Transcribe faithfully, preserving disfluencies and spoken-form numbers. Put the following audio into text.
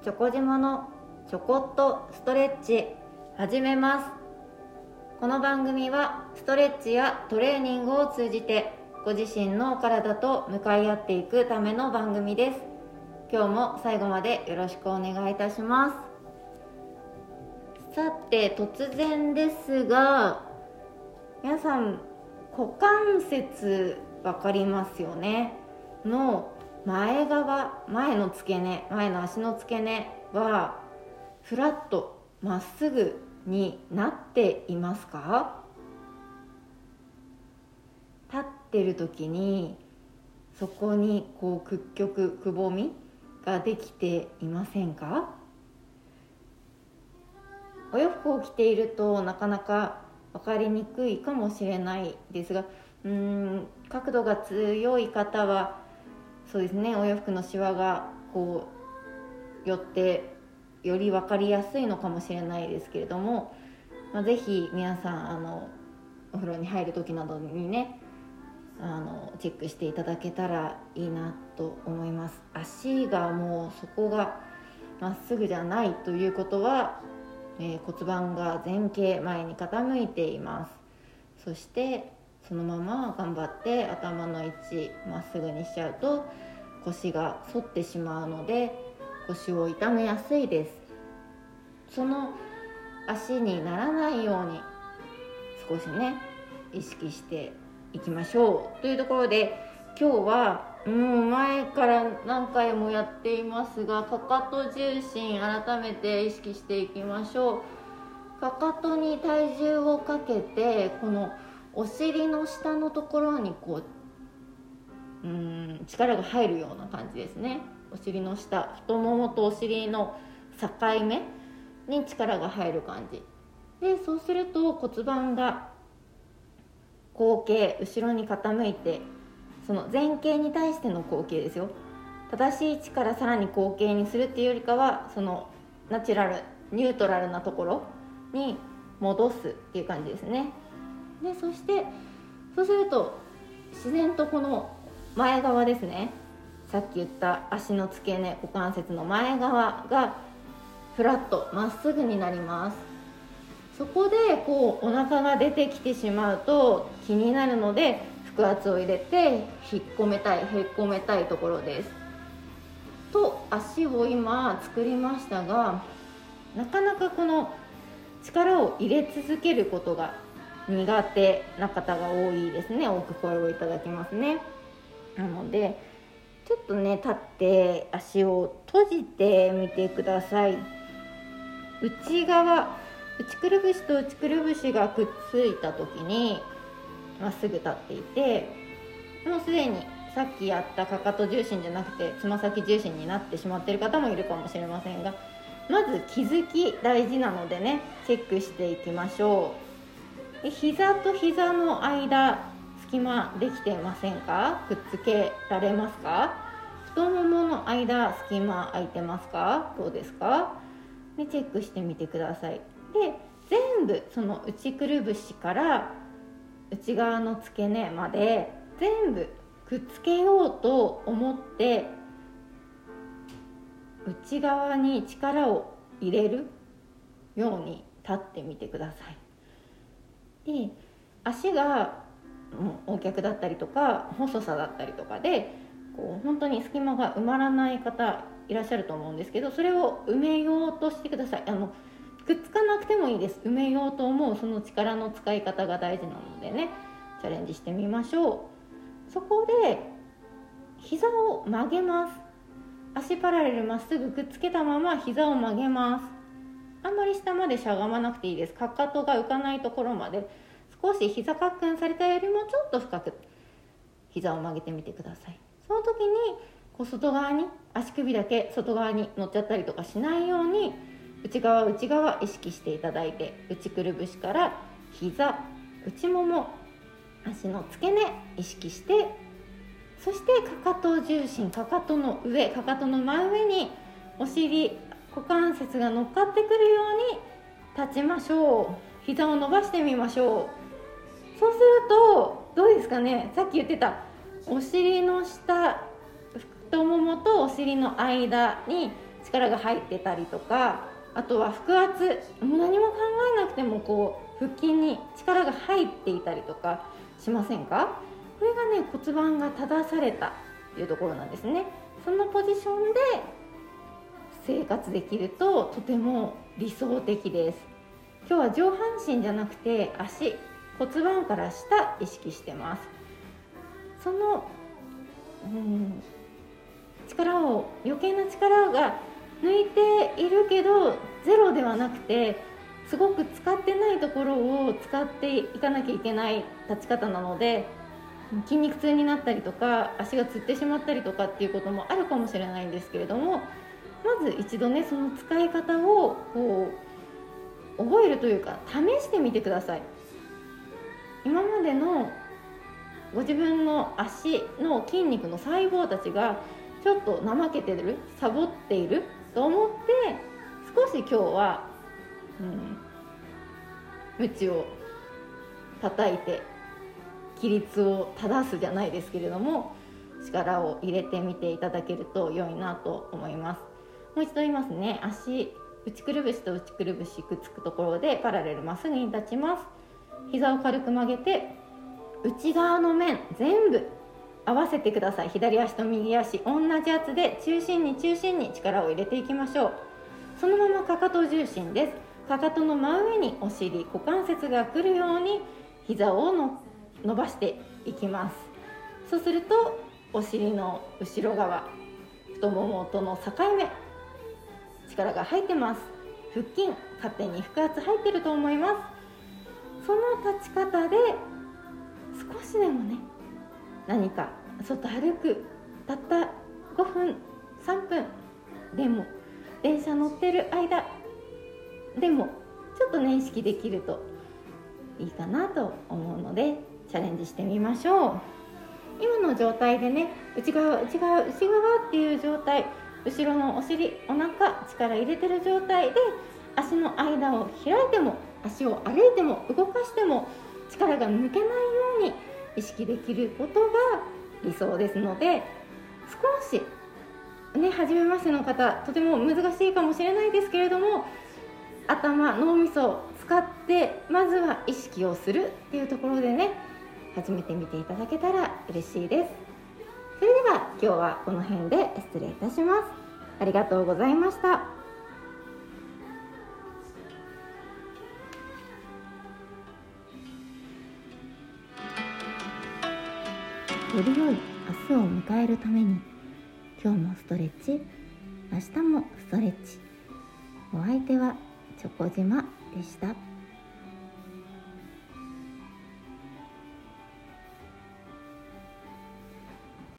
チョコ島のちょこっとストレッチ始めます。この番組はストレッチやトレーニングを通じてご自身のお体と向かい合っていくための番組です。今日も最後までよろしくお願いいたします。さて、突然ですが、皆さん股関節わかりますよねの前側、前の付け根、前の足の付け根はフラットまっすぐになっていますか？立ってる時にそこにこう屈曲、くぼみができていませんか？お洋服を着ているとなかなか分かりにくいかもしれないですが、うーん角度が強い方はそうですね、お洋服のシワがこう寄ってより分かりやすいのかもしれないですけれども、まあ、ぜひ皆さんあのお風呂に入る時などにねあのチェックしていただけたらいいなと思います。足がもうそこがまっすぐじゃないということは、えー、骨盤が前傾前に傾いています。そしてそのまま頑張って頭の位置まっすぐにしちゃうと腰が反ってしまうので腰を痛めやすいです。その足にならないように少しね意識していきましょうというところで、今日はもう前から何回もやっていますが、かかと重心改めて意識していきましょう。かかとに体重をかけてこのお尻の下のところにこう、うーん力が入るような感じですね。お尻の下、太ももとお尻の境目に力が入る感じで、そうすると骨盤が後傾、後ろに傾いて、その前傾に対しての後傾ですよ。正しい位置からさらに後傾にするっていうよりかは、そのナチュラル、ニュートラルなところに戻すっていう感じですね。で、そしてそうすると自然とこの前側ですね、さっき言った足の付け根、股関節の前側がフラットまっすぐになります。そこでこうお腹が出てきてしまうと気になるので、腹圧を入れて引っ込めたい、へっこめたいところです。と足を今作りましたが、なかなかこの力を入れ続けることが苦手な方が多いですね。多く声をいただきますね。なのでちょっとね、立って足を閉じてみてください。内側、内くるぶしと内くるぶしがくっついた時にまっすぐ立っていて、もうすでにさっきやったかかと重心じゃなくてつま先重心になってしまっている方もいるかもしれませんが、まず気づき大事なのでね、チェックしていきましょう。で、膝と膝の間、隙間できていませんか？くっつけられますか？太ももの間、隙間空いてますか？どうですか？で、チェックしてみてください。で、全部その内くるぶしから内側の付け根まで全部くっつけようと思って内側に力を入れるように立ってみてください。で、足が横脚だったりとか細さだったりとかでこう本当に隙間が埋まらない方いらっしゃると思うんですけど、それを埋めようとしてください。あのくっつかなくてもいいです。埋めようと思うその力の使い方が大事なのでね、チャレンジしてみましょう。そこで膝を曲げます。足パラレルまっすぐくっつけたまま膝を曲げます。あんまり下までしゃがまなくていいです。かかとが浮かないところまで、少し膝かっくんされたよりもちょっと深く膝を曲げてみてください。その時にこう外側に、足首だけ外側に乗っちゃったりとかしないように、内側内側意識していただいて、内くるぶしから膝、内もも、足の付け根意識して、そしてかかと重心、かかとの上、かかとの真上にお尻、股関節が乗っかってくるように立ちましょう。膝を伸ばしてみましょう。そうするとどうですかね、さっき言ってたお尻の下、太ももとお尻の間に力が入ってたりとか、あとは腹圧、もう何も考えなくてもこう腹筋に力が入っていたりとかしませんか？これがね、骨盤が正されたというところなんですね。そのポジションで生活できるととても理想的です。今日は上半身じゃなくて足、骨盤から下意識してます。その、うん、力を余計な力が抜いているけどゼロではなくて、すごく使ってないところを使っていかなきゃいけない立ち方なので、筋肉痛になったりとか足がつってしまったりとかっていうこともあるかもしれないんですけれども、まず一度ね、その使い方をこう覚えるというか試してみてください。今までのご自分の足の筋肉の細胞たちがちょっと怠けてる、サボっていると思って、少し今日は、うん、ムチを叩いて規律を正すじゃないですけれども、力を入れてみていただけると良いなと思います。もう一度言いますね。足、内くるぶしと内くるぶしくっつくところでパラレルまっすぐに立ちます。膝を軽く曲げて、内側の面全部合わせてください。左足と右足同じ圧で中心に中心に力を入れていきましょう。そのままかかと重心です。かかとの真上にお尻、股関節が来るように膝をの伸ばしていきます。そうするとお尻の後ろ側、太ももとの境目、力が入ってます。腹筋、勝手に腹圧入ってると思います。その立ち方で少しでもね、何か外歩く、たったごふんさんぷんでも、電車乗ってる間でもちょっとね意識できるといいかなと思うので、チャレンジしてみましょう。今の状態でね、内側内側内側っていう状態、後ろのお尻、お腹、力入れてる状態で足の間を開いても、足を歩いても動かしても力が抜けないように意識できることが理想ですので、少しね、初めましての方、とても難しいかもしれないですけれども、頭、脳みそを使ってまずは意識をするっていうところでね、始めてみていただけたら嬉しいです。それでは今日はこの辺で失礼いたします。ありがとうございました。より良い明日を迎えるために、今日もストレッチ、明日もストレッチ。お相手はチョコ島でした。